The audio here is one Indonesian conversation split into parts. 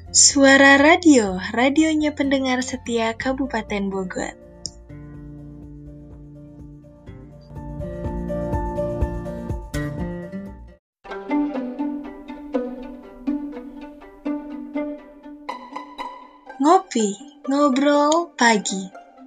Suara Radio, radionya pendengar setia Kabupaten Bogor. Ngopi, ngobrol pagi.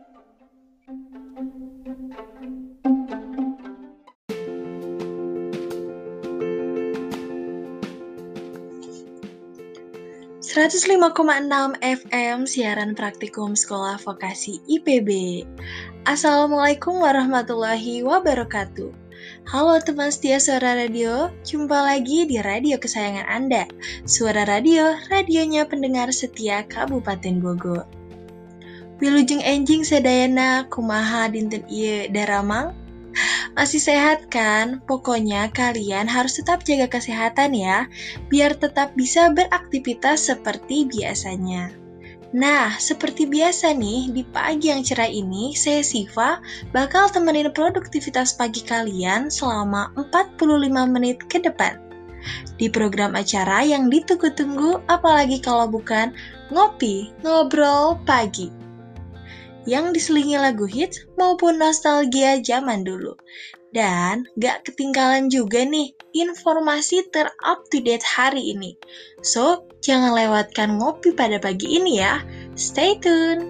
...105,6 FM siaran praktikum Sekolah Vokasi IPB. Assalamualaikum warahmatullahi wabarakatuh. Halo teman setia Suara Radio, jumpa lagi di radio kesayangan Anda. Suara Radio, radionya pendengar setia Kabupaten Bogor. Wilujeng enjing sadayana kumaha dinten ieu daramang? Masih sehat kan? Pokoknya kalian harus tetap jaga kesehatan ya, biar tetap bisa beraktivitas seperti biasanya. Nah, seperti biasa nih, di pagi yang cerah ini, saya Siva bakal temenin produktivitas pagi kalian selama 45 menit ke depan. Di program acara yang ditunggu-tunggu, apalagi kalau bukan Ngopi, Ngobrol Pagi, yang diselingi lagu hits maupun nostalgia zaman dulu. Dan gak ketinggalan juga nih informasi ter-up-to-date hari ini. So, jangan lewatkan ngopi pada pagi ini ya. Stay tune!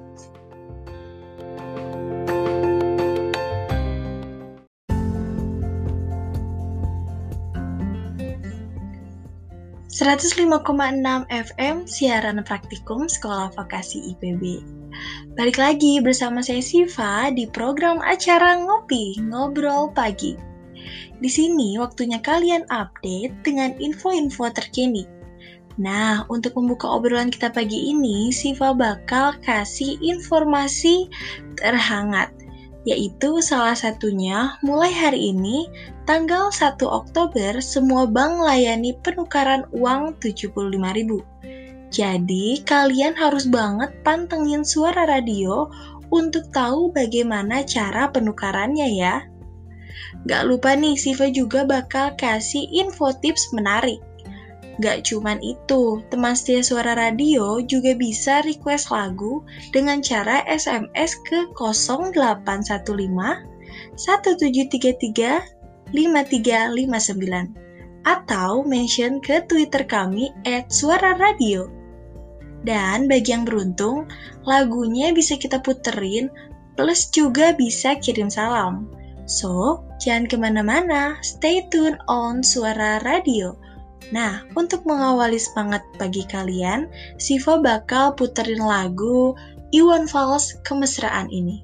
...105,6 FM siaran praktikum Sekolah Vokasi IPB. Balik lagi bersama saya Siva di program acara Ngopi, Ngobrol Pagi. Di sini waktunya kalian update dengan info-info terkini. Nah, untuk membuka obrolan kita pagi ini, Siva bakal kasih informasi terhangat, yaitu salah satunya mulai hari ini, tanggal 1 Oktober, semua bank layani penukaran uang 75.000. Jadi, kalian harus banget pantengin Suara Radio untuk tahu bagaimana cara penukarannya ya. Gak lupa nih, Siva juga bakal kasih info tips menarik. Gak cuman itu, teman setia Suara Radio juga bisa request lagu dengan cara SMS ke 0815 1733 5359 atau mention ke Twitter kami @suararadio. Dan bagi yang beruntung, lagunya bisa kita puterin, plus juga bisa kirim salam. So, jangan kemana-mana, stay tune on Suara Radio. Nah, untuk mengawali semangat pagi kalian, Siva bakal puterin lagu Iwan Fals Kemesraan ini.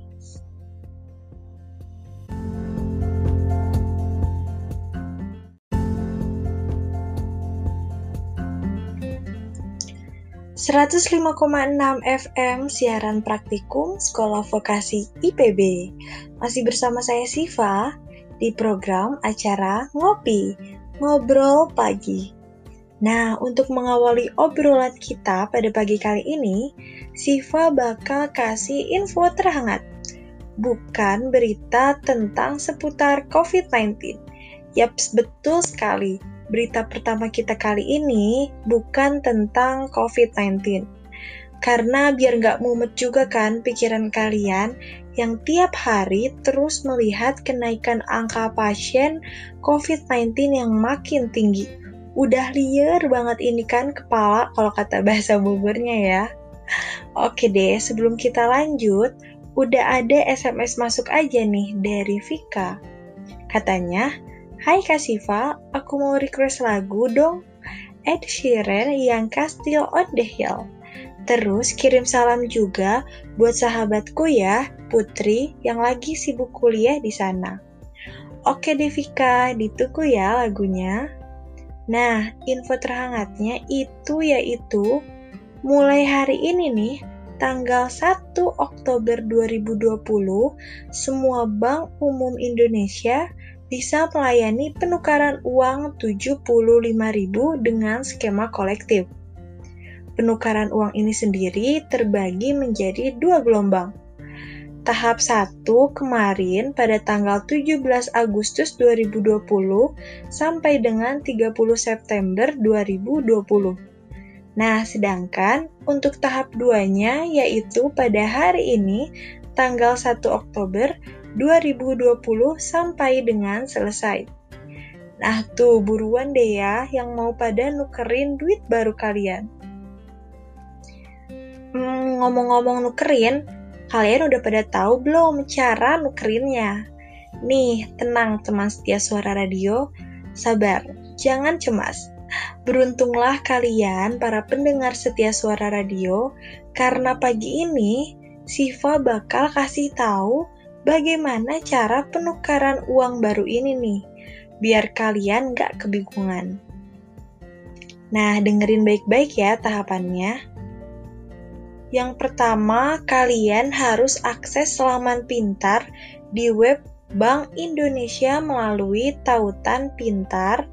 ...105,6 FM siaran praktikum Sekolah Vokasi IPB. Masih bersama saya Siva di program acara Ngopi, Ngobrol Pagi. Nah, untuk mengawali obrolan kita pada pagi kali ini, Siva bakal kasih info terhangat. Bukan berita tentang seputar COVID-19. Yaps, betul sekali. Berita pertama kita kali ini bukan tentang COVID-19. Karena biar nggak mumet juga kan pikiran kalian yang tiap hari terus melihat kenaikan angka pasien COVID-19 yang makin tinggi. Udah liar banget ini kan kepala kalau kata bahasa Bogornya ya. Oke deh, sebelum kita lanjut, udah ada SMS masuk aja nih dari Vika. Katanya, "Hai Kak Siva, aku mau request lagu dong, Ed Sheeran yang Castle on the Hill. Terus kirim salam juga buat sahabatku ya, Putri yang lagi sibuk kuliah di sana." Oke deh Vika, ditunggu ya lagunya. Nah, info terhangatnya itu yaitu mulai hari ini nih, tanggal 1 Oktober 2020, semua bank umum Indonesia bisa melayani penukaran uang 75.000 dengan skema kolektif. Penukaran uang ini sendiri terbagi menjadi 2 gelombang. Tahap 1 kemarin pada tanggal 17 Agustus 2020 sampai dengan 30 September 2020. Nah, sedangkan untuk tahap 2-nya yaitu pada hari ini tanggal 1 Oktober 2020 sampai dengan selesai. Nah tuh, buruan deh ya yang mau pada nukerin duit baru kalian. Ngomong-ngomong nukerin, kalian udah pada tahu belum cara nukerinnya? Nih, tenang teman setia suara radio, sabar, jangan cemas. Beruntunglah kalian para pendengar setia suara radio, karena pagi ini Siva bakal kasih tahu bagaimana cara penukaran uang baru ini nih, biar kalian gak kebingungan. Nah, dengerin baik-baik ya tahapannya. Yang pertama, kalian harus akses laman pintar di web Bank Indonesia melalui tautan pintar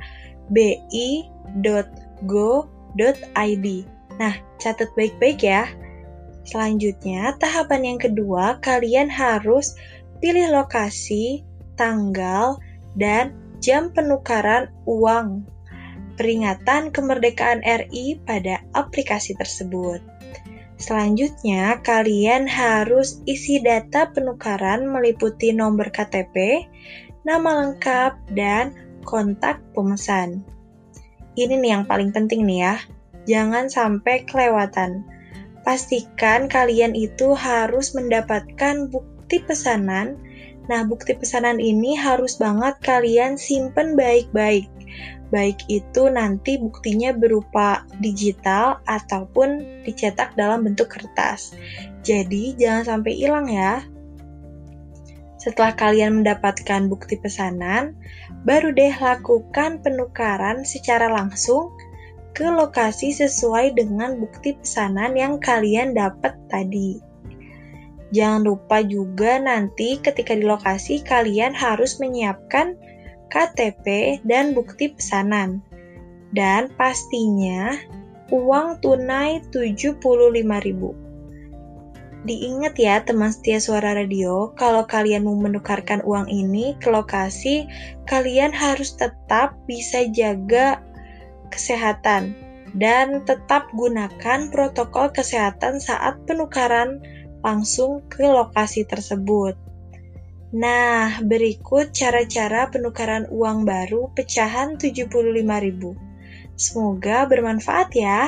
bi.go.id. Nah, catat baik-baik ya. Selanjutnya, tahapan yang kedua, kalian harus pilih lokasi, tanggal, dan jam penukaran uang peringatan kemerdekaan RI pada aplikasi tersebut. Selanjutnya, kalian harus isi data penukaran meliputi nomor KTP, nama lengkap, dan kontak pemesan. Ini nih yang paling penting nih ya, jangan sampai kelewatan. Pastikan kalian itu harus mendapatkan bukti pesanan. Nah, bukti pesanan ini harus banget kalian simpen baik-baik. Baik itu nanti buktinya berupa digital ataupun dicetak dalam bentuk kertas. Jadi jangan sampai hilang ya. Setelah kalian mendapatkan bukti pesanan, baru deh lakukan penukaran secara langsung ke lokasi sesuai dengan bukti pesanan yang kalian dapat tadi. Jangan lupa juga nanti ketika di lokasi kalian harus menyiapkan KTP dan bukti pesanan. Dan pastinya uang tunai 75.000. Diingat ya teman setia suara radio, kalau kalian mau menukarkan uang ini ke lokasi, kalian harus tetap bisa jaga kesehatan dan tetap gunakan protokol kesehatan saat penukaran langsung ke lokasi tersebut. Nah, berikut cara-cara penukaran uang baru pecahan 75.000. Semoga bermanfaat ya.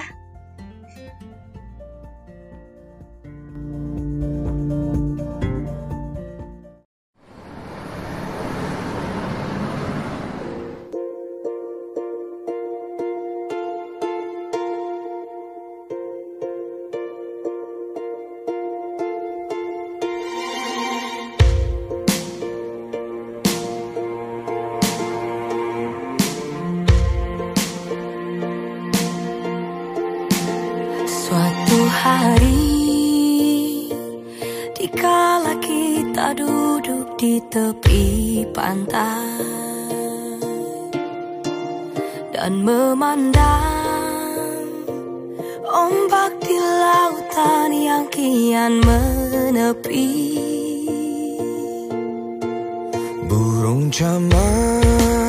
Suatu hari, dikala kita duduk di tepi pantai dan memandang ombak di lautan yang kian menepi, burung camar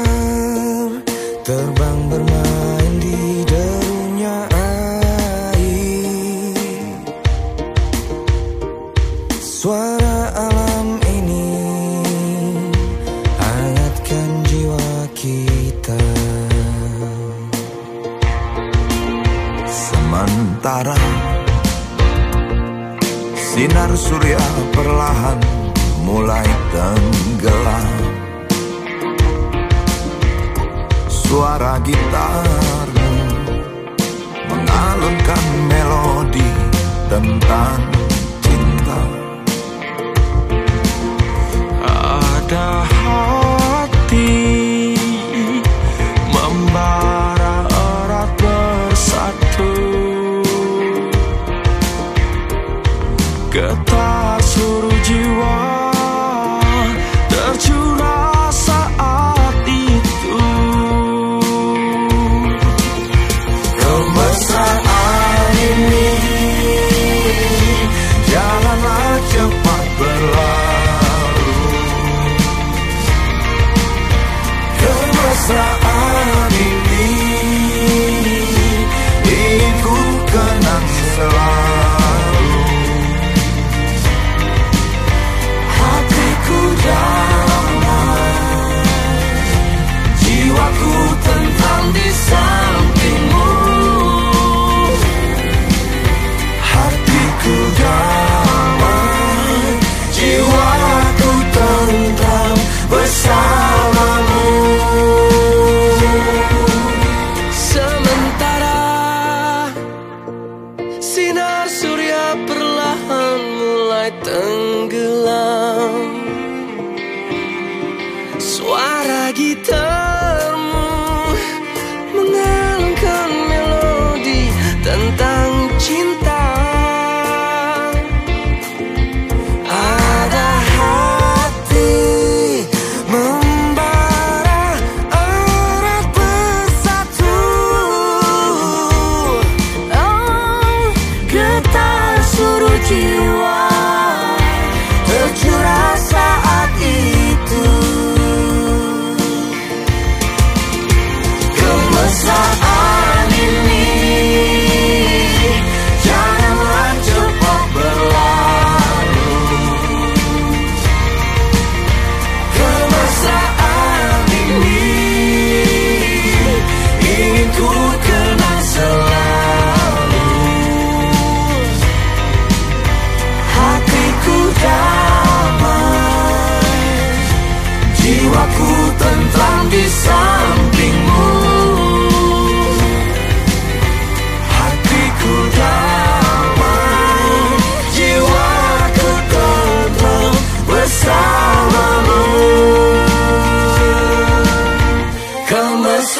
terbang bermain di derunya air. Suara alam ini hangatkan jiwa kita. Sementara sinar surya perlahan mulai tenggelam, suara gitarmu mengalunkan melodi tentang cinta. Ada hati membara erat bersatu, getar seluruh jiwa tercurah saat itu. Kemesraan ini janganlah cepat berlalu,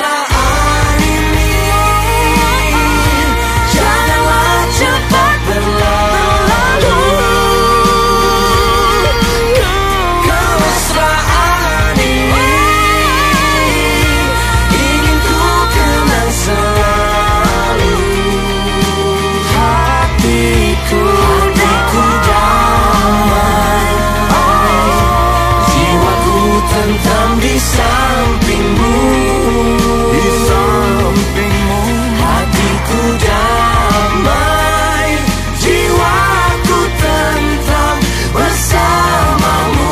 Kemesraan ini janganlah cepat berlalu. Kemesraan ini ingin ku kenang selalu. Hatiku damai, jiwaku tentram di sampingmu. Hatiku damai, jiwaku tentram bersamamu.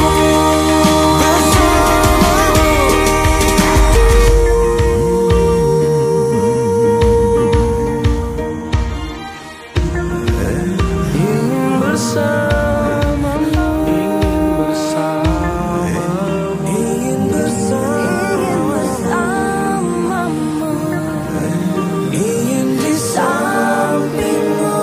Ingin bersamamu, ingin bersamamu, ingin di sampingmu.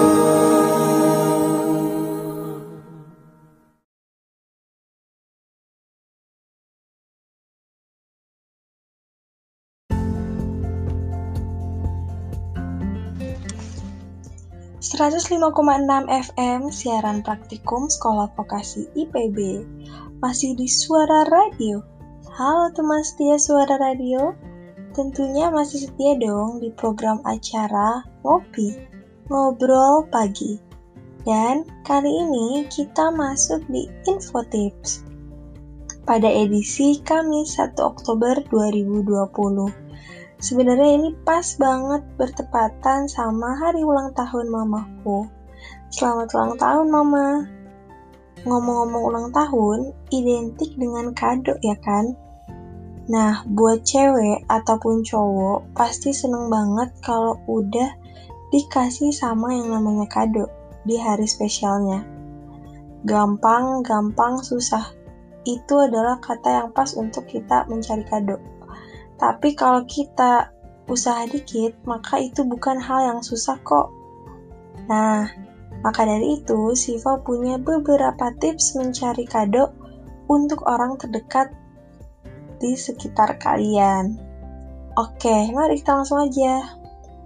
.6 FM siaran praktikum Sekolah Vokasi IPB. Masih di Suara Radio. Halo teman setia Suara Radio. Tentunya masih setia dong di program acara Ngopi, Ngobrol Pagi. Dan kali ini kita masuk di Info Tips pada edisi Kamis 1 Oktober 2020. Sebenarnya ini pas banget bertepatan sama hari ulang tahun mamaku. Selamat ulang tahun mama. Ngomong-ngomong ulang tahun, identik dengan kado ya kan? Nah, buat cewek ataupun cowok pasti seneng banget kalau udah dikasih sama yang namanya kado di hari spesialnya. Gampang, susah. Itu adalah kata yang pas untuk kita mencari kado. Tapi kalau kita usaha dikit, maka itu bukan hal yang susah kok. Nah, maka dari itu, Siva punya beberapa tips mencari kado untuk orang terdekat di sekitar kalian. Oke, mari kita langsung aja.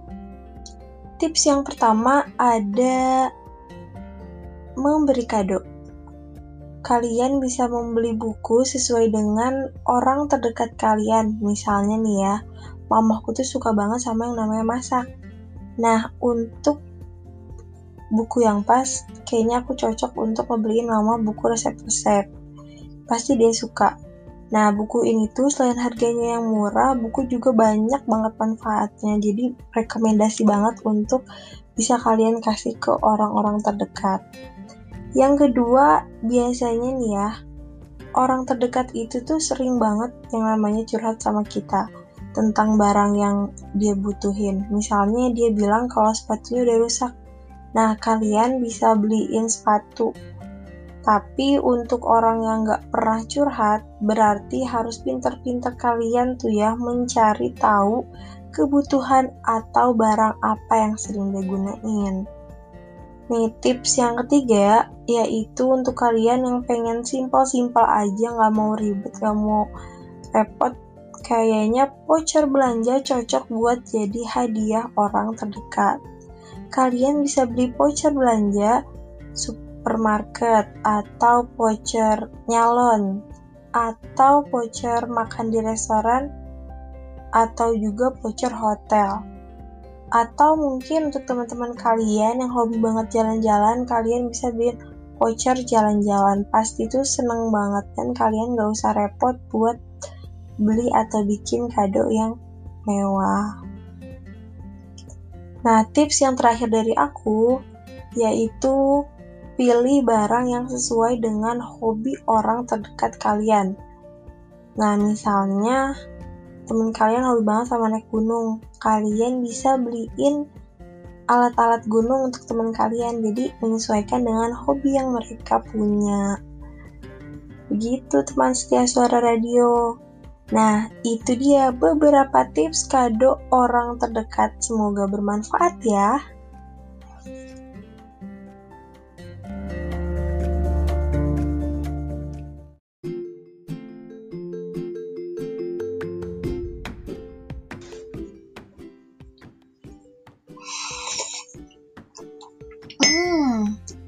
Tips yang pertama ada memberi kado. Kalian bisa membeli buku sesuai dengan orang terdekat kalian. Misalnya nih ya, mamaku tuh suka banget sama yang namanya masak. Nah, untuk buku yang pas, kayaknya aku cocok untuk ngebeliin mama buku resep-resep. Pasti dia suka. Nah, buku ini tuh selain harganya yang murah, buku juga banyak banget manfaatnya. Jadi, rekomendasi banget untuk bisa kalian kasih ke orang-orang terdekat. Yang kedua, biasanya nih ya, orang terdekat itu tuh sering banget yang namanya curhat sama kita tentang barang yang dia butuhin. Misalnya dia bilang kalau sepatunya udah rusak. Nah, kalian bisa beliin sepatu. Tapi untuk orang yang gak pernah curhat, berarti harus pinter-pinter kalian tuh ya mencari tahu kebutuhan atau barang apa yang sering digunain. Nih, tips yang ketiga, yaitu untuk kalian yang pengen simpel-simpel aja, gak mau ribet, gak mau repot, kayaknya voucher belanja cocok buat jadi hadiah orang terdekat. Kalian bisa beli voucher belanja supermarket, atau voucher nyalon, atau voucher makan di restoran, atau juga voucher hotel. Atau mungkin untuk teman-teman kalian yang hobi banget jalan-jalan, kalian bisa bikin voucher jalan-jalan. Pasti tuh seneng banget dan kalian gak usah repot buat beli atau bikin kado yang mewah. Nah, tips yang terakhir dari aku yaitu pilih barang yang sesuai dengan hobi orang terdekat kalian. Nah, misalnya temen kalian hobi banget sama naik gunung, kalian bisa beliin alat-alat gunung untuk teman kalian, jadi menyesuaikan dengan hobi yang mereka punya. Begitu teman setia Suara Radio. Nah, itu dia beberapa tips kado orang terdekat. Semoga bermanfaat ya.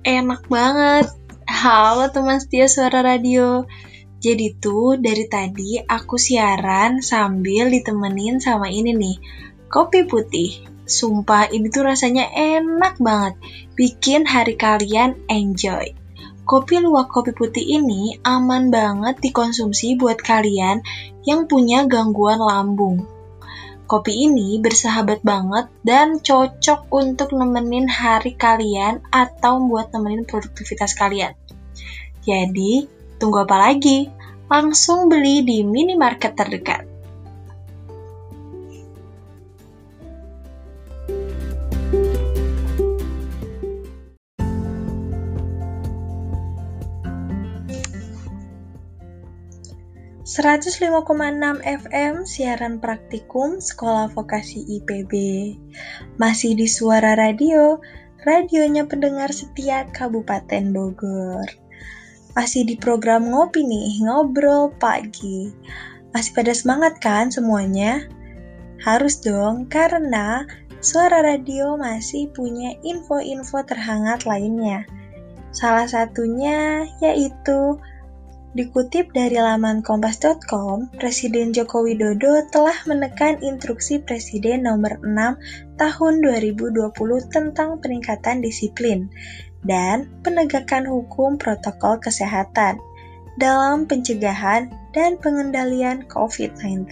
enak banget. Halo teman setia Suara Radio. Jadi tuh dari tadi aku siaran sambil ditemenin sama ini nih, kopi putih. Sumpah ini tuh rasanya enak banget, bikin hari kalian enjoy. Kopi luwak kopi putih ini aman banget dikonsumsi buat kalian yang punya gangguan lambung. Kopi ini bersahabat banget dan cocok untuk nemenin hari kalian atau buat nemenin produktivitas kalian. Jadi, tunggu apa lagi? Langsung beli di minimarket terdekat. ...105,6 FM siaran praktikum Sekolah Vokasi IPB. Masih di Suara Radio, radionya pendengar setia Kabupaten Bogor. Masih di program ngopi nih, ngobrol pagi. Masih pada semangat kan semuanya? Harus dong, karena Suara Radio masih punya info-info terhangat lainnya. Salah satunya yaitu dikutip dari laman kompas.com, Presiden Joko Widodo telah menekan instruksi Presiden nomor 6 tahun 2020 tentang peningkatan disiplin dan penegakan hukum protokol kesehatan dalam pencegahan dan pengendalian COVID-19.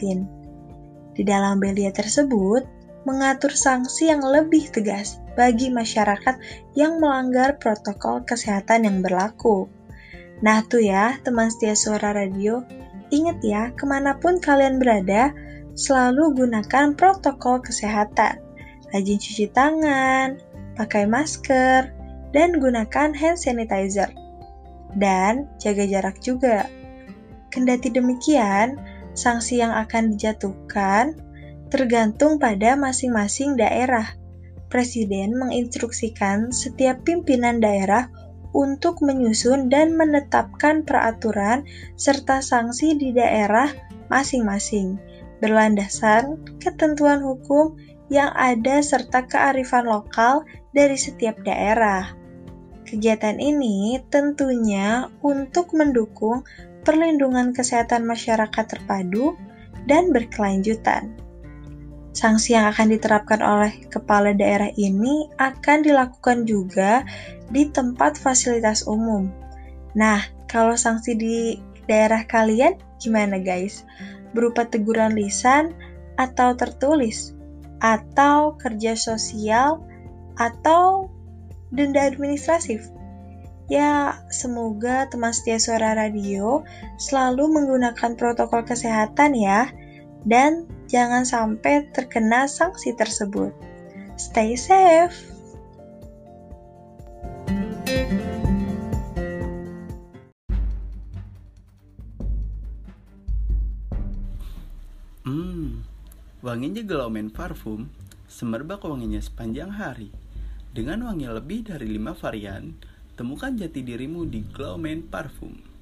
Di dalam belia tersebut, mengatur sanksi yang lebih tegas bagi masyarakat yang melanggar protokol kesehatan yang berlaku. Nah tuh ya, teman setia Suara Radio, ingat ya, kemanapun kalian berada, selalu gunakan protokol kesehatan. Rajin cuci tangan, pakai masker, dan gunakan hand sanitizer. Dan jaga jarak juga. Kendati demikian, sanksi yang akan dijatuhkan tergantung pada masing-masing daerah. Presiden menginstruksikan setiap pimpinan daerah untuk menyusun dan menetapkan peraturan serta sanksi di daerah masing-masing, berlandaskan ketentuan hukum yang ada serta kearifan lokal dari setiap daerah. Kegiatan ini tentunya untuk mendukung perlindungan kesehatan masyarakat terpadu dan berkelanjutan. Sanksi yang akan diterapkan oleh kepala daerah ini akan dilakukan juga di tempat fasilitas umum. Nah, kalau sanksi di daerah kalian gimana guys? Berupa teguran lisan atau tertulis? Atau kerja sosial? Atau denda administratif? Ya, semoga teman setia Suara Radio selalu menggunakan protokol kesehatan ya. Dan jangan sampai terkena sanksi tersebut. Stay safe! Wanginya Glaumen Parfum, semerbak wanginya sepanjang hari. Dengan wangi lebih dari 5 varian, temukan jati dirimu di Glaumen Parfum.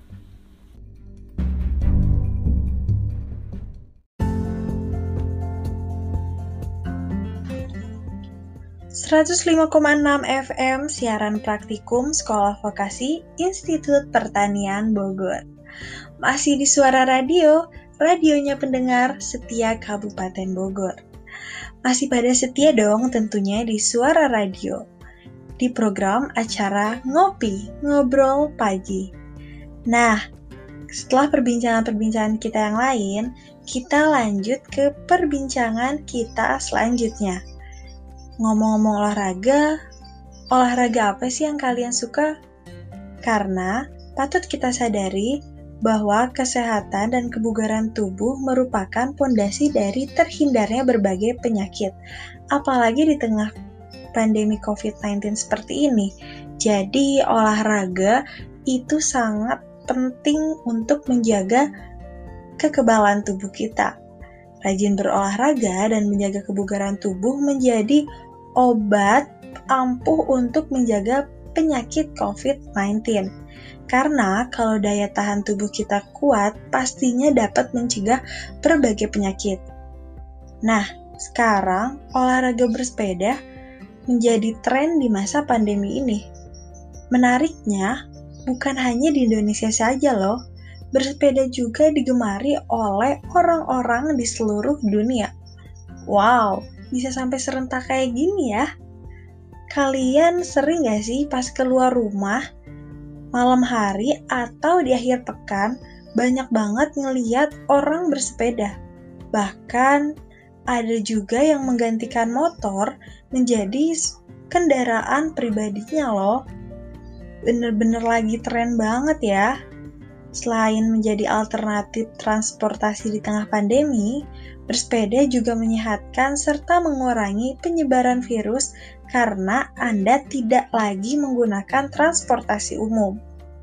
105,6 FM siaran praktikum Sekolah Vokasi Institut Pertanian Bogor. Masih di Suara Radio, radionya pendengar setia Kabupaten Bogor. Masih pada setia dong tentunya di Suara Radio, di program acara Ngopi, Ngobrol Pagi. Nah, setelah perbincangan-perbincangan kita yang lain, kita lanjut ke perbincangan kita selanjutnya. Ngomong-ngomong olahraga apa sih yang kalian suka? Karena patut kita sadari bahwa kesehatan dan kebugaran tubuh merupakan pondasi dari terhindarnya berbagai penyakit, apalagi di tengah pandemi COVID-19 seperti ini. Jadi olahraga itu sangat penting untuk menjaga kekebalan tubuh kita. Rajin berolahraga dan menjaga kebugaran tubuh menjadi obat ampuh untuk menjaga penyakit COVID-19. Karena kalau daya tahan tubuh kita kuat, pastinya dapat mencegah berbagai penyakit. Nah, sekarang olahraga bersepeda menjadi tren di masa pandemi ini. Menariknya, bukan hanya di Indonesia saja loh, bersepeda juga digemari oleh orang-orang di seluruh dunia. Wow, bisa sampai serentak kayak gini ya? Kalian sering gak sih pas keluar rumah, malam hari atau di akhir pekan, banyak banget ngeliat orang bersepeda? Bahkan, ada juga yang menggantikan motor menjadi kendaraan pribadinya loh. Bener-bener lagi tren banget ya. Selain menjadi alternatif transportasi di tengah pandemi, bersepeda juga menyehatkan serta mengurangi penyebaran virus karena Anda tidak lagi menggunakan transportasi umum.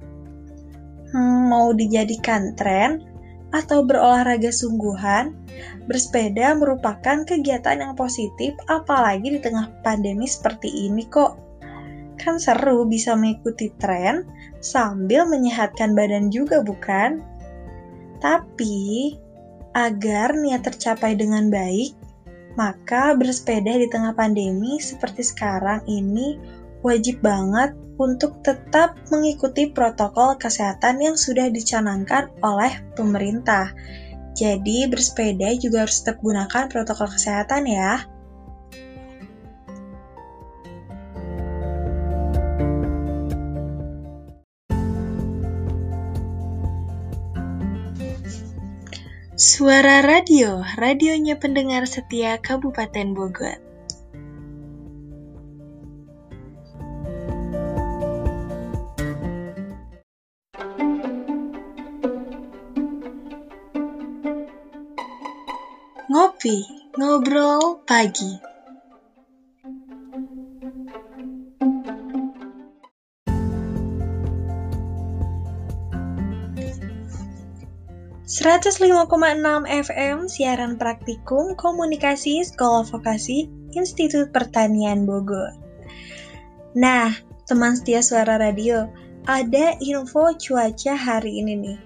Mau dijadikan tren atau berolahraga sungguhan, bersepeda merupakan kegiatan yang positif apalagi di tengah pandemi seperti ini kok. Kan seru bisa mengikuti tren sambil menyehatkan badan juga bukan? Tapi, agar niat tercapai dengan baik, maka bersepeda di tengah pandemi seperti sekarang ini wajib banget untuk tetap mengikuti protokol kesehatan yang sudah dicanangkan oleh pemerintah. Jadi bersepeda juga harus tetap gunakan protokol kesehatan ya. Suara Radio, radionya pendengar setia Kabupaten Bogor. Ngopi, ngobrol pagi. ...105,6 FM siaran praktikum komunikasi Sekolah Vokasi Institut Pertanian Bogor. Nah, teman setia Suara Radio, ada info cuaca hari ini nih.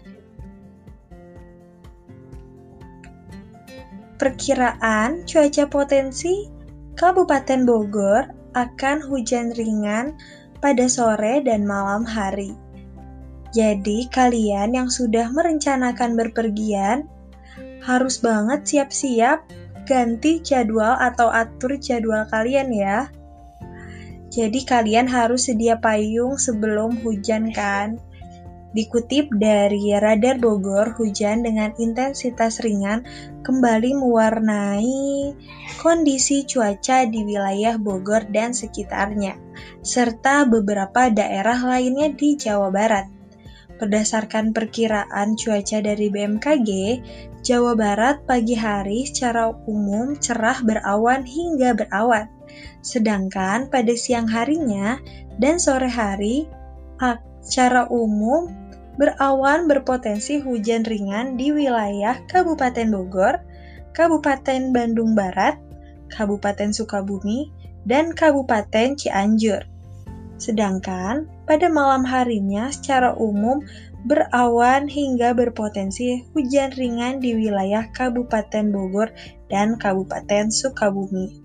Perkiraan cuaca potensi Kabupaten Bogor akan hujan ringan pada sore dan malam hari. Jadi kalian yang sudah merencanakan berpergian harus banget siap-siap ganti jadwal atau atur jadwal kalian ya. Jadi kalian harus sedia payung sebelum hujan kan. Dikutip dari Radar Bogor, hujan dengan intensitas ringan kembali mewarnai kondisi cuaca di wilayah Bogor dan sekitarnya, serta beberapa daerah lainnya di Jawa Barat. Berdasarkan perkiraan cuaca dari BMKG, Jawa Barat pagi hari secara umum cerah berawan hingga berawan. Sedangkan pada siang harinya dan sore hari, secara umum berawan berpotensi hujan ringan di wilayah Kabupaten Bogor, Kabupaten Bandung Barat, Kabupaten Sukabumi, dan Kabupaten Cianjur. Sedangkan pada malam harinya secara umum berawan hingga berpotensi hujan ringan di wilayah Kabupaten Bogor dan Kabupaten Sukabumi.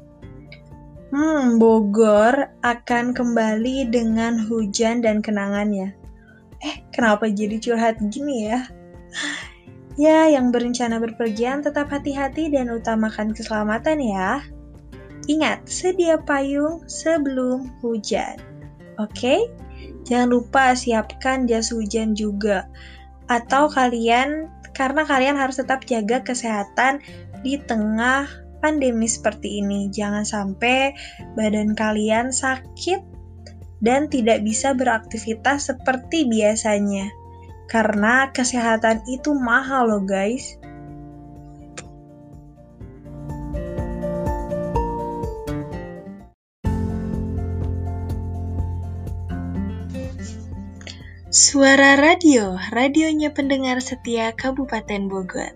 Bogor akan kembali dengan hujan dan kenangannya. Kenapa jadi curhat gini ya? Ya, yang berencana berpergian tetap hati-hati dan utamakan keselamatan ya. Ingat, sedia payung sebelum hujan. Oke? Jangan lupa siapkan jas hujan juga. Atau karena kalian harus tetap jaga kesehatan di tengah pandemi seperti ini. Jangan sampai badan kalian sakit dan tidak bisa beraktivitas seperti biasanya. Karena kesehatan itu mahal loh guys. Suara Radio, radionya pendengar setia Kabupaten Bogor.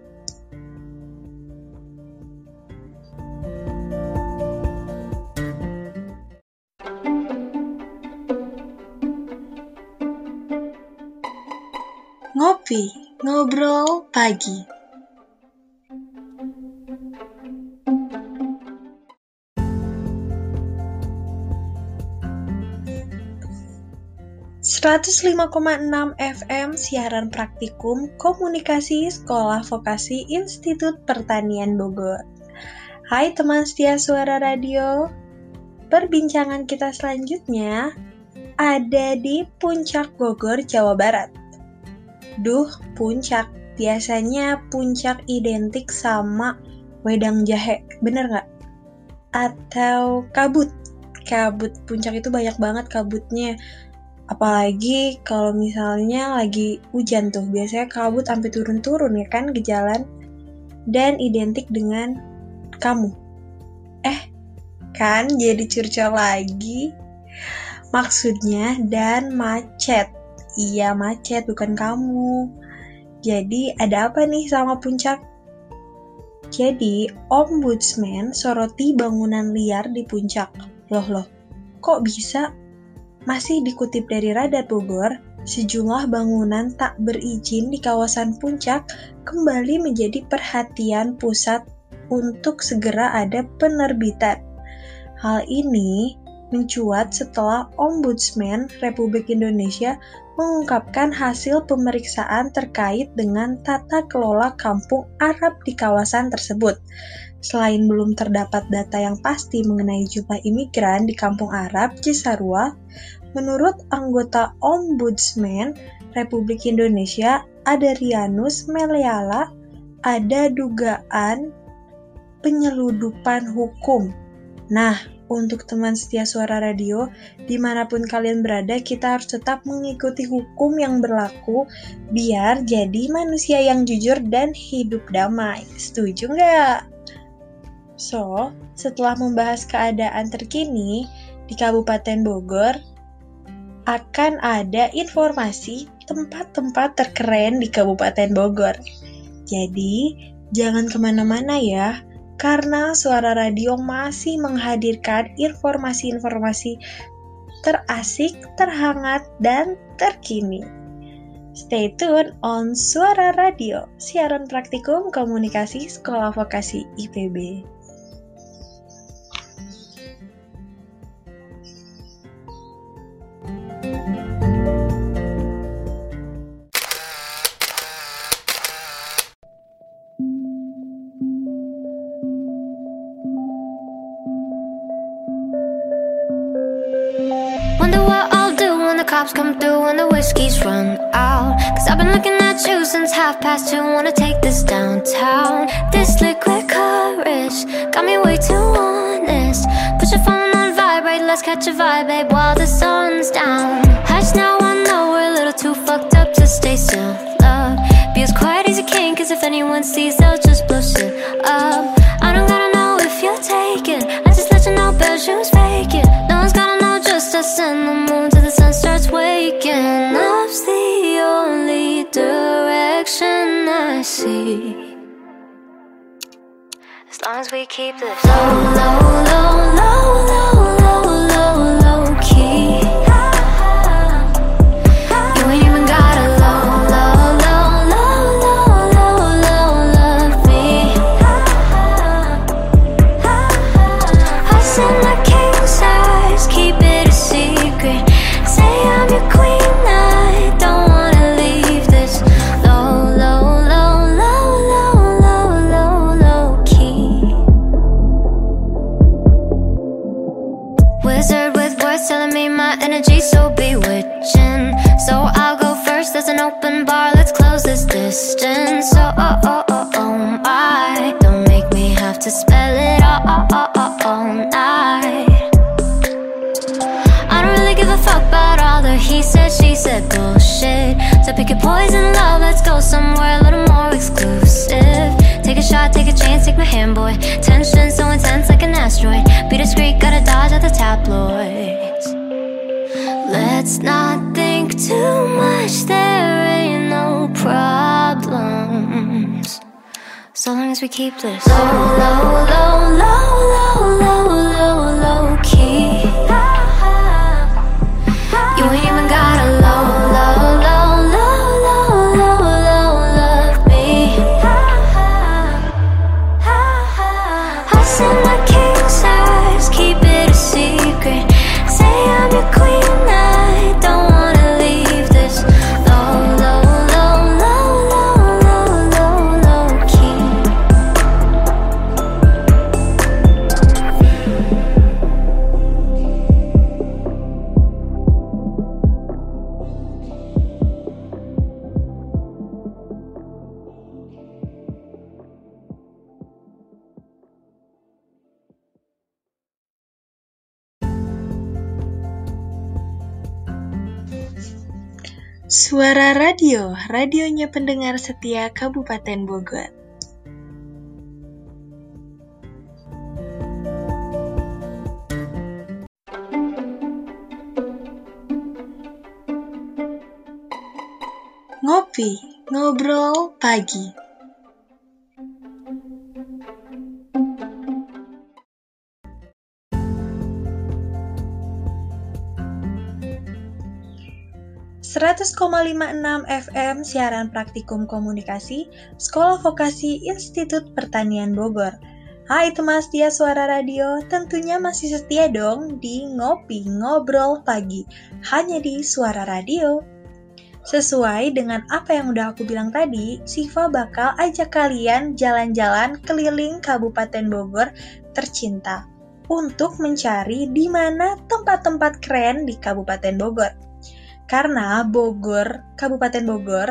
Ngopi, ngobrol pagi. 105,6 FM siaran praktikum komunikasi Sekolah Vokasi Institut Pertanian Bogor. Hai teman setia Suara Radio. Perbincangan kita selanjutnya ada di Puncak Bogor, Jawa Barat. Duh, puncak. Biasanya puncak identik sama wedang jahe, bener gak? Atau kabut. Kabut, puncak itu banyak banget kabutnya. Apalagi kalau misalnya lagi hujan tuh, biasanya kabut sampai turun-turun ya kan ke jalan. Dan identik dengan kamu. Kan jadi curcol lagi. Maksudnya dan macet. Iya macet, bukan kamu. Jadi ada apa nih sama puncak? Jadi Ombudsman soroti bangunan liar di puncak. Loh, kok bisa? Masih dikutip dari Radar Bogor, sejumlah bangunan tak berizin di kawasan puncak kembali menjadi perhatian pusat untuk segera ada penerbitan. Hal ini mencuat setelah Ombudsman Republik Indonesia mengungkapkan hasil pemeriksaan terkait dengan tata kelola kampung Arab di kawasan tersebut. Selain belum terdapat data yang pasti mengenai jumlah imigran di kampung Arab Cisarua, menurut anggota Ombudsman Republik Indonesia Adrianus Meliala, ada dugaan penyeludupan hukum. Nah, untuk teman setia Suara Radio, dimanapun kalian berada, kita harus tetap mengikuti hukum yang berlaku biar jadi manusia yang jujur dan hidup damai. Setuju nggak? So, setelah membahas keadaan terkini di Kabupaten Bogor, akan ada informasi tempat-tempat terkeren di Kabupaten Bogor. Jadi, jangan kemana-mana ya, karena Suara Radio masih menghadirkan informasi-informasi terasik, terhangat, dan terkini. Stay tune on Suara Radio, siaran praktikum komunikasi Sekolah Vokasi IPB. Cops come through when the whiskey's run out. Cause I've been looking at you since 2:30. Wanna take this downtown. This liquid courage got me way too honest. Put your phone on vibrate, let's catch a vibe, babe, while the sun's down. Hush now, I know we're a little too fucked up to stay still, love. Be as quiet as you can, cause if anyone sees, they'll just blow shit up. I don't gotta know if you're taken, I just let you know, bad shoes fake it. No one's gotta know, just us and the moon till the sun starts waking. Love's the only direction I see, as long as we keep this low, low, low, low, low, low, low, low key. You ain't even gotta low, low, low, low, low, low, low, love me. I said my king size, keep it a secret. Say I'm your queen, I don't wanna leave this low, low, low, low, low, low, low, low key. Wizard with words telling me my energy's so bewitching. So I'll go first, there's an open bar, let's close this distance. My, don't make me have to spell it all night. I don't really give a fuck about all the he said, she said bullshit. So pick your poison, love, let's go somewhere a little more exclusive. Take a shot, take a chance, take my hand, boy. Tension so intense like an asteroid. Be discreet, gotta dodge at the tabloids. Let's not think too much, there ain't no problems, so long as we keep this low, low, low, low, low, low, low, low key. You ain't even gotta low, low, low, low, low, low, low, love me. I said my king size, keep it a secret. Say I'm your queen, I don't wanna leave. Suara Radio, radionya pendengar setia Kabupaten Bogor. Ngopi, ngobrol pagi. ...100,56 FM siaran praktikum komunikasi Sekolah Vokasi Institut Pertanian Bogor. Hai teman setia Suara Radio, tentunya masih setia dong di Ngopi Ngobrol Pagi, hanya di Suara Radio. Sesuai dengan apa yang udah aku bilang tadi, Siva bakal ajak kalian jalan-jalan keliling Kabupaten Bogor tercinta untuk mencari di mana tempat-tempat keren di Kabupaten Bogor. Karena Kabupaten Bogor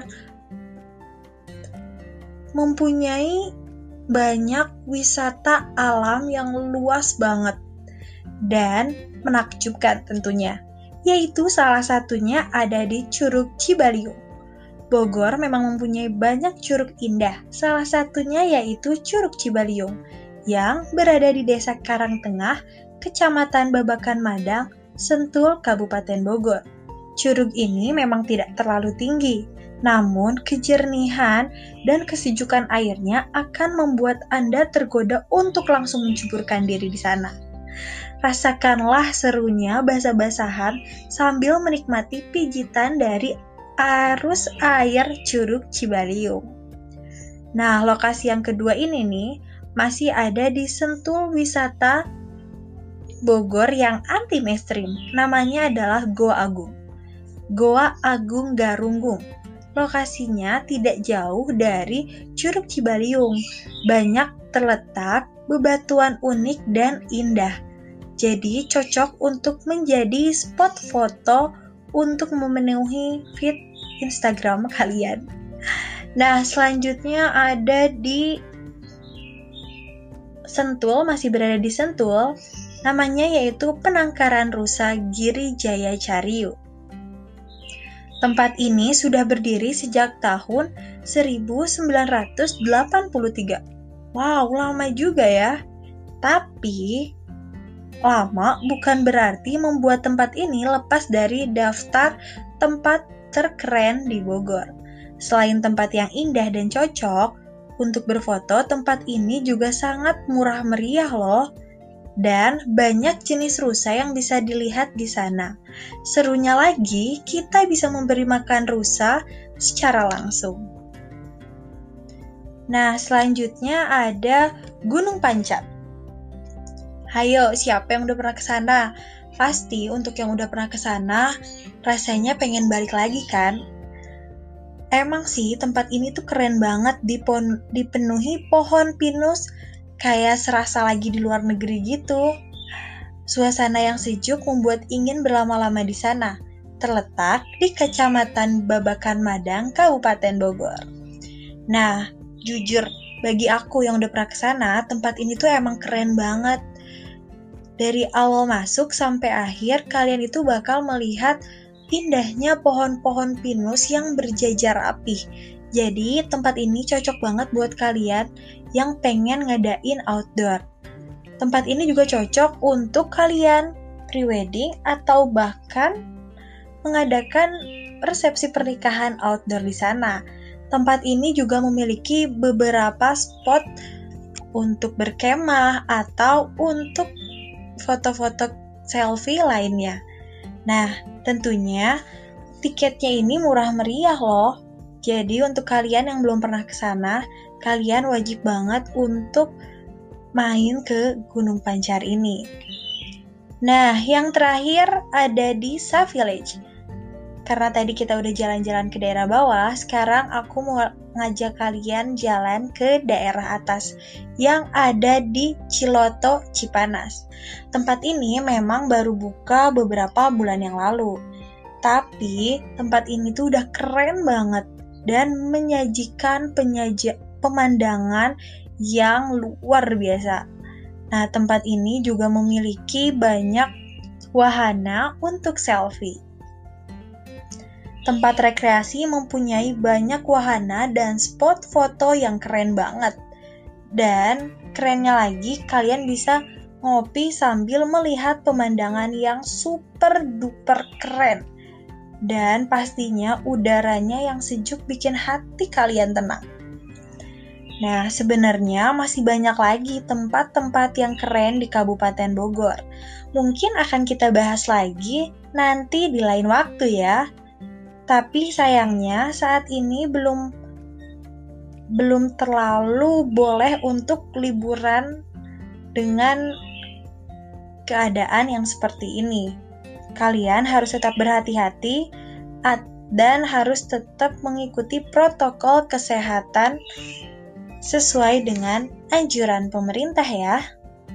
mempunyai banyak wisata alam yang luas banget dan menakjubkan tentunya, yaitu salah satunya ada di Curug Cibaliung. Bogor memang mempunyai banyak curug indah, salah satunya yaitu Curug Cibaliung yang berada di Desa Karangtengah, Kecamatan Babakan Madang, Sentul, Kabupaten Bogor. Curug ini memang tidak terlalu tinggi, namun kejernihan dan kesejukan airnya akan membuat Anda tergoda untuk langsung menceburkan diri di sana. Rasakanlah serunya basah-basahan sambil menikmati pijitan dari arus air Curug Cibaliung. Nah, lokasi yang kedua ini nih masih ada di Sentul Wisata Bogor yang anti mainstream. Namanya adalah Goa Agung. Goa Agung Garunggung. Lokasinya tidak jauh dari Curug Cibaliung. Banyak terletak bebatuan unik dan indah. Jadi cocok untuk menjadi spot foto untuk memenuhi feed Instagram kalian. Nah, selanjutnya ada di Sentul, masih berada di Sentul. Namanya yaitu Penangkaran Rusa Giri Jaya Cariu. Tempat ini sudah berdiri sejak tahun 1983. Wow, lama juga ya. Tapi, lama bukan berarti membuat tempat ini lepas dari daftar tempat terkeren di Bogor. Selain tempat yang indah dan cocok untuk berfoto, tempat ini juga sangat murah meriah loh. Dan banyak jenis rusa yang bisa dilihat di sana. Serunya lagi, kita bisa memberi makan rusa secara langsung. Nah, selanjutnya ada Gunung Pancat. Hayo, siapa yang udah pernah ke sana? Pasti untuk yang udah pernah ke sana, rasanya pengen balik lagi kan? Emang sih, tempat ini tuh keren banget, dipenuhi pohon pinus, kayak serasa lagi di luar negeri gitu. Suasana yang sejuk membuat ingin berlama-lama di sana. Terletak di Kecamatan Babakan Madang, Kabupaten Bogor. Nah, jujur, bagi aku yang udah pernah ke sana, tempat ini tuh emang keren banget. Dari awal masuk sampai akhir, kalian itu bakal melihat indahnya pohon-pohon pinus yang berjajar rapih. Jadi, tempat ini cocok banget buat kalian yang pengen ngadain outdoor. Tempat ini juga cocok untuk kalian pre-wedding atau bahkan mengadakan resepsi pernikahan outdoor di sana. Tempat ini juga memiliki beberapa spot untuk berkemah atau untuk foto-foto selfie lainnya. Nah, tentunya tiketnya ini murah meriah loh. Jadi untuk kalian yang belum pernah ke sana, kalian wajib banget untuk main ke Gunung Pancar ini. Nah, yang terakhir ada di Sa Village. Karena tadi kita udah jalan-jalan ke daerah bawah, sekarang aku mau ngajak kalian jalan ke daerah atas yang ada di Ciloto, Cipanas. Tempat ini memang baru buka beberapa bulan yang lalu. Tapi tempat ini tuh udah keren banget dan menyajikan pemandangan yang luar biasa. Nah, tempat ini juga memiliki banyak wahana untuk selfie. Tempat rekreasi mempunyai banyak wahana dan spot foto yang keren banget. Dan kerennya lagi, kalian bisa ngopi sambil melihat pemandangan yang super duper keren. Dan pastinya udaranya yang sejuk bikin hati kalian tenang. Nah, sebenarnya masih banyak lagi tempat-tempat yang keren di Kabupaten Bogor. Mungkin akan kita bahas lagi nanti di lain waktu ya. Tapi sayangnya saat ini belum terlalu boleh untuk liburan dengan keadaan yang seperti ini. Kalian harus tetap berhati-hati dan harus tetap mengikuti protokol kesehatan sesuai dengan anjuran pemerintah ya.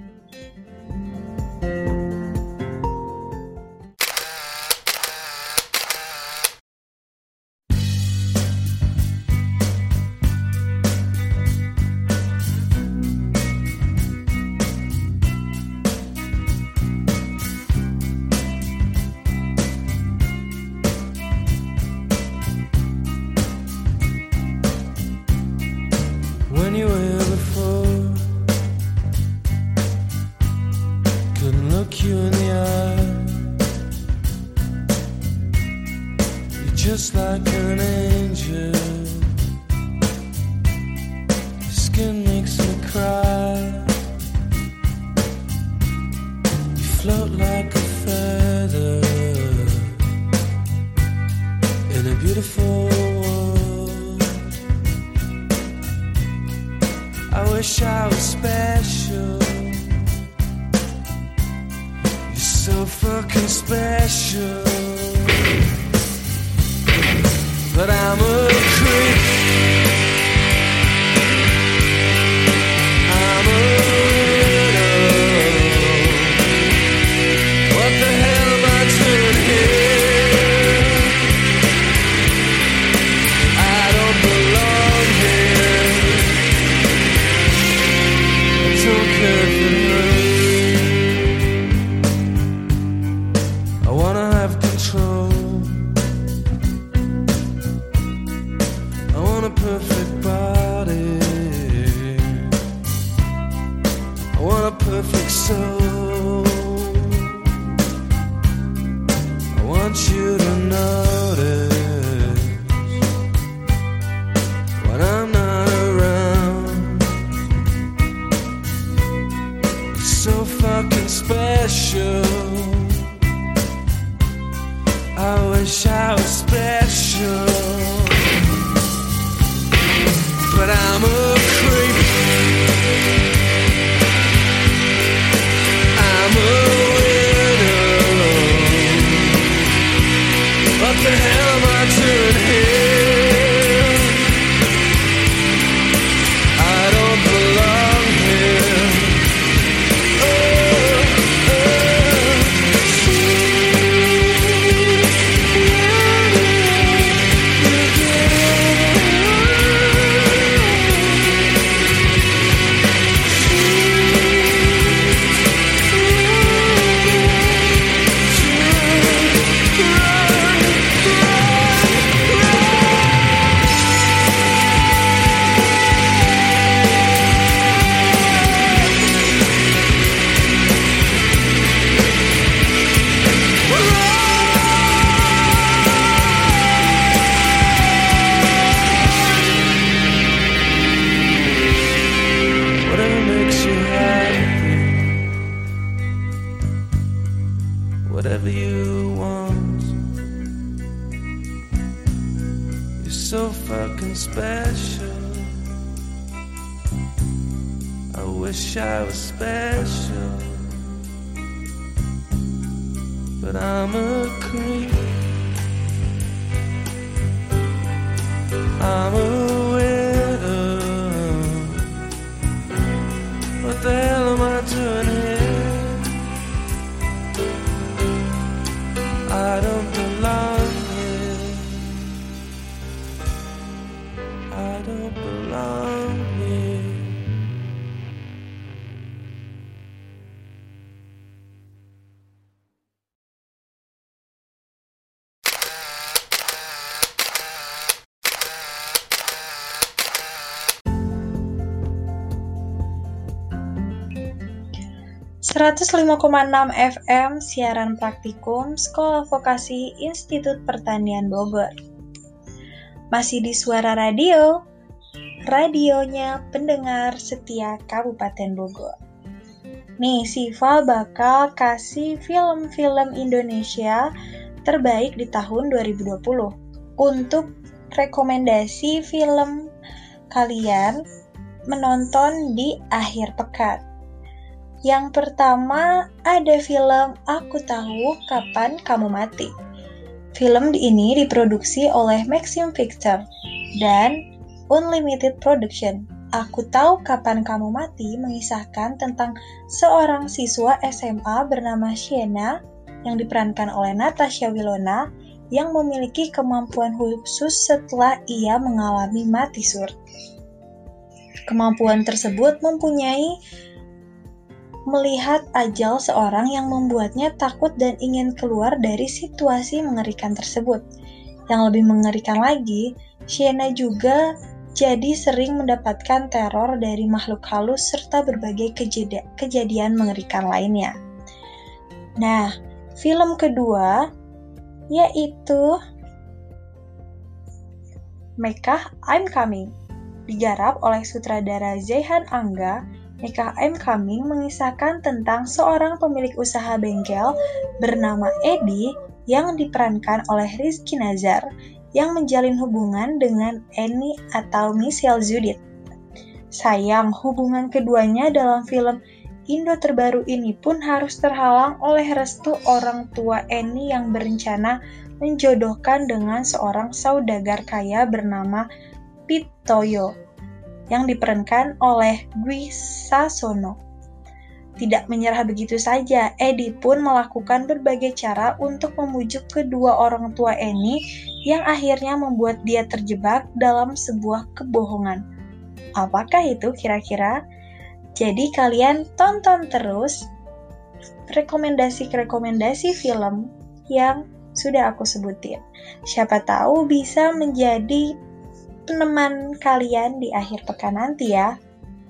When you were here before, couldn't look you in the eye. You're just like an angel. Your skin makes me cry. You float like a feather in a beautiful world. I wish I was special. You're so fucking special. But I'm a creep. I'm a widow. What the hell am I doing here? I don't belong here. Don't care if it hurts. I wanna have control. I want a perfect body. I want a perfect soul. I want you to notice when I'm not around. So fucking special. I wish I was special. But I'm a creep. I'm a widow. What the hell am I doing here? I don't belong here. Whatever makes you happy, whatever you want. You're so fucking special. I wish I was special, but I'm a creep. I'm a widow. What the hell am I doing here? I don't belong here. I don't belong here. 105,6 FM siaran praktikum Sekolah Vokasi Institut Pertanian Bogor. Masih di Suara Radio, radionya pendengar setia Kabupaten Bogor. Nih, Siva bakal kasih film-film Indonesia terbaik di tahun 2020 untuk rekomendasi film kalian menonton di akhir pekan. Yang pertama ada film Aku Tahu Kapan Kamu Mati. Film ini diproduksi oleh Maxim Pictures dan Unlimited Production. Aku Tahu Kapan Kamu Mati mengisahkan tentang seorang siswa SMA bernama Sienna yang diperankan oleh Natasha Wilona yang memiliki kemampuan khusus setelah ia mengalami mati suri. Kemampuan tersebut melihat ajal seorang yang membuatnya takut dan ingin keluar dari situasi mengerikan tersebut. Yang lebih mengerikan lagi, Sienna juga jadi sering mendapatkan teror dari makhluk halus serta berbagai kejadian mengerikan lainnya. Nah, film kedua yaitu Mekah I'm Coming, digarap oleh sutradara Zeyhan Angga. Mekah I'm Coming mengisahkan tentang seorang pemilik usaha bengkel bernama Edi yang diperankan oleh Rizky Nazar yang menjalin hubungan dengan Annie atau Michelle Judith. Sayang, hubungan keduanya dalam film Indo terbaru ini pun harus terhalang oleh restu orang tua Annie yang berencana menjodohkan dengan seorang saudagar kaya bernama Pitoyo yang diperankan oleh Dwi Sasono. Tidak menyerah begitu saja, Edi pun melakukan berbagai cara untuk membujuk kedua orang tua Annie yang akhirnya membuat dia terjebak dalam sebuah kebohongan. Apakah itu kira-kira? Jadi kalian tonton terus rekomendasi film yang sudah aku sebutin. Siapa tahu bisa menjadi peneman kalian di akhir pekan nanti ya.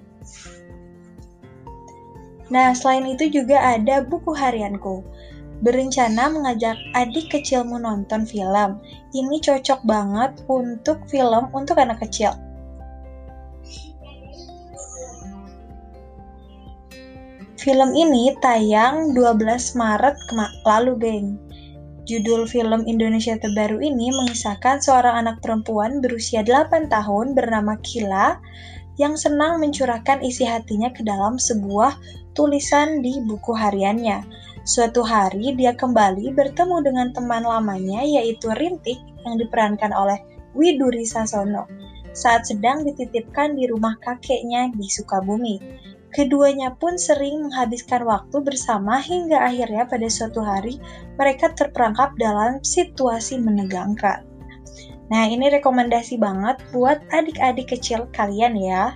Nah, selain itu juga ada buku harianku. Berencana mengajak adik kecilmu nonton film. Ini cocok banget untuk film untuk anak kecil. Film ini tayang 12 Maret lalu, geng. Judul film Indonesia terbaru ini mengisahkan seorang anak perempuan berusia 8 tahun bernama Kila yang senang mencurahkan isi hatinya ke dalam sebuah tulisan di buku hariannya. Suatu hari dia kembali bertemu dengan teman lamanya yaitu Rintik yang diperankan oleh Widuri Sasono saat sedang dititipkan di rumah kakeknya di Sukabumi. Keduanya pun sering menghabiskan waktu bersama hingga akhirnya pada suatu hari mereka terperangkap dalam situasi menegangkan. Nah, ini rekomendasi banget buat adik-adik kecil kalian ya.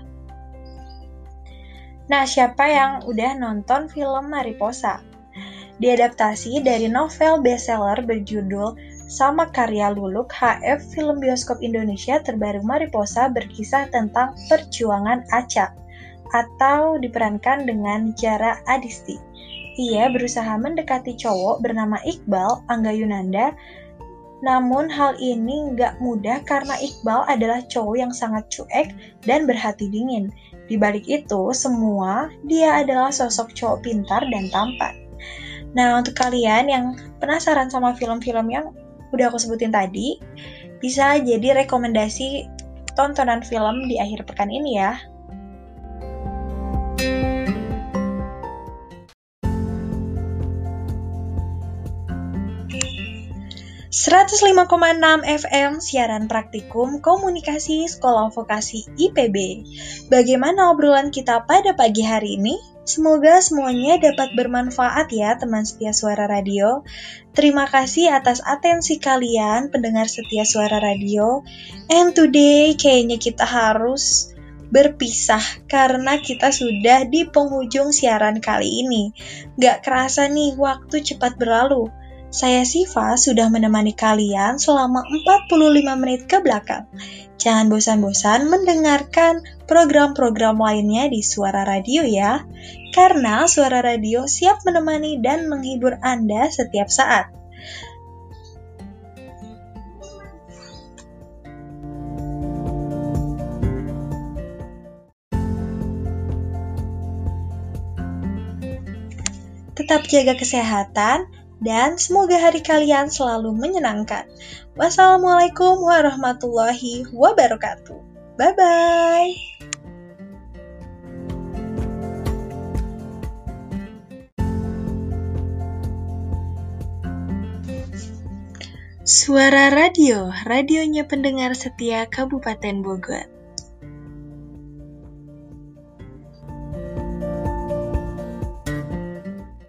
Nah, siapa yang udah nonton film Mariposa? Diadaptasi dari novel bestseller berjudul sama karya Luluk HF, film bioskop Indonesia terbaru Mariposa berkisah tentang perjuangan Acha atau diperankan dengan Jara Adisti. Ia berusaha mendekati cowok bernama Iqbal Angga Yunanda, namun hal ini nggak mudah karena Iqbal adalah cowok yang sangat cuek dan berhati dingin. Di balik itu semua, dia adalah sosok cowok pintar dan tampan. Nah, untuk kalian yang penasaran sama film-film yang udah aku sebutin tadi, bisa jadi rekomendasi tontonan film di akhir pekan ini ya. 105,6 FM siaran praktikum komunikasi Sekolah Vokasi IPB. Bagaimana obrolan kita pada pagi hari ini? Semoga semuanya dapat bermanfaat ya teman setia Suara Radio. Terima kasih atas atensi kalian pendengar setia Suara Radio. And today kayaknya kita harus berpisah karena kita sudah di penghujung siaran kali ini. Gak kerasa nih waktu cepat berlalu. Saya Siva sudah menemani kalian selama 45 menit ke belakang. Jangan bosan-bosan mendengarkan program-program lainnya di Suara Radio ya, karena Suara Radio siap menemani dan menghibur Anda setiap saat. Tetap jaga kesehatan, dan semoga hari kalian selalu menyenangkan. Wassalamualaikum warahmatullahi wabarakatuh. Bye-bye. Suara Radio, radionya pendengar setia Kabupaten Bogor.